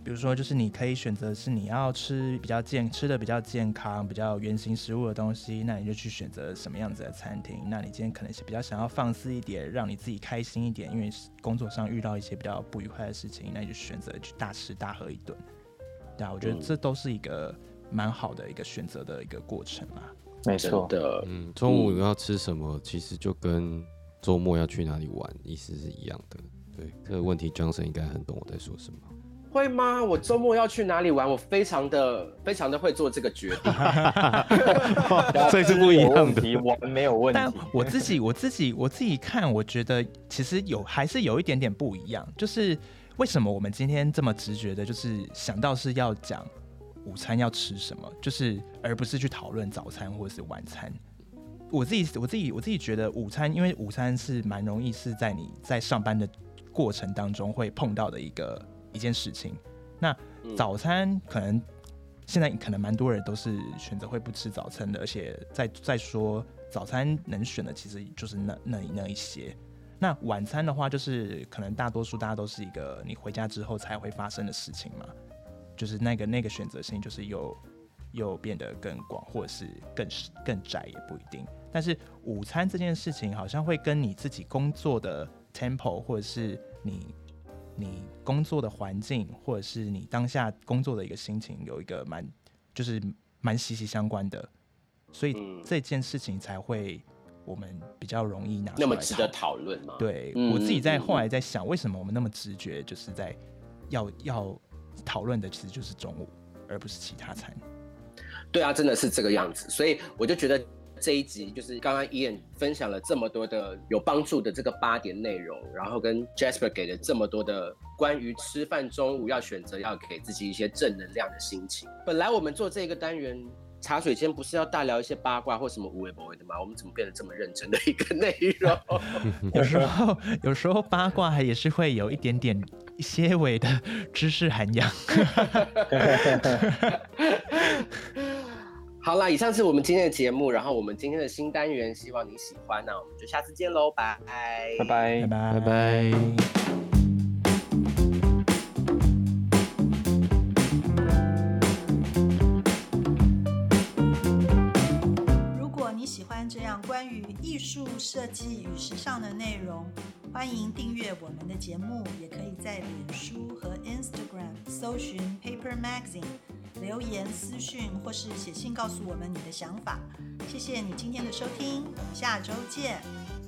比如说就是你可以选择是你要吃的比较健康、比较原型食物的东西，那你就去选择什么样子的餐厅。那你今天可能是比较想要放肆一点，让你自己开心一点，因为工作上遇到一些比较不愉快的事情，那你就选择去大吃大喝一顿。对啊，我觉得这都是一个蛮好的一个选择的一个过程啦。 没错的， 中午要吃什么，其实就跟周末要去哪里玩意思是一样的。对，这个问题 Johnson 应该很懂我在说什么。 会吗？我周末要去哪里玩？我非常的会做这个决定， 所以是不一样的。 玩没有问题。 但我自己看，我觉得其实还是有一点点不一样。就是为什么我们今天这么直觉的，就是想到是要讲午餐要吃什么，就是而不是去讨论早餐或者是晚餐。我自己觉得午餐，因为午餐是蛮容易是在你在上班的过程当中会碰到的一件事情。那早餐可能现在可能蛮多人都是选择会不吃早餐的，而且再说早餐能选的其实就是那一些。那晚餐的话，就是可能大多数大家都是一个你回家之后才会发生的事情嘛，就是那个选择性就是又变得更广，或者是更窄也不一定。但是午餐这件事情好像会跟你自己工作的 tempo， 或者是你工作的环境，或者是你当下工作的一个心情，有一个蛮息息相关的，所以这件事情才会我们比较容易拿出来那么值得讨论吗？ 对，我自己后来在想，为什么我们那么直觉，就是在要讨论的其实就是中午，而不是其他餐。 对啊，真的是这个样子，所以我就觉得这一集就是刚刚 Ian 分享了这么多的有帮助的这个8点内容，然后跟 Jasper 给了这么多的关于吃饭中午要选择要给自己一些正能量的心情。本来我们做这个单元茶水间不是要大聊一些八卦或什么无微不微的吗？我们怎么变得这么认真的一个内容？ 有时候八卦也是会有一些微的知识涵养。 好啦，以上是我们今天的节目，然后我们今天的新单元，希望你喜欢。那我们就下次见喽，拜拜， 拜拜， 拜拜。 如果你喜欢这样关于艺术设计与时尚的内容，欢迎订阅我们的节目，也可以在脸书和 Instagram 搜寻 Paper Magazine， 留言私讯或是写信告诉我们你的想法。谢谢你今天的收听，我们下周见。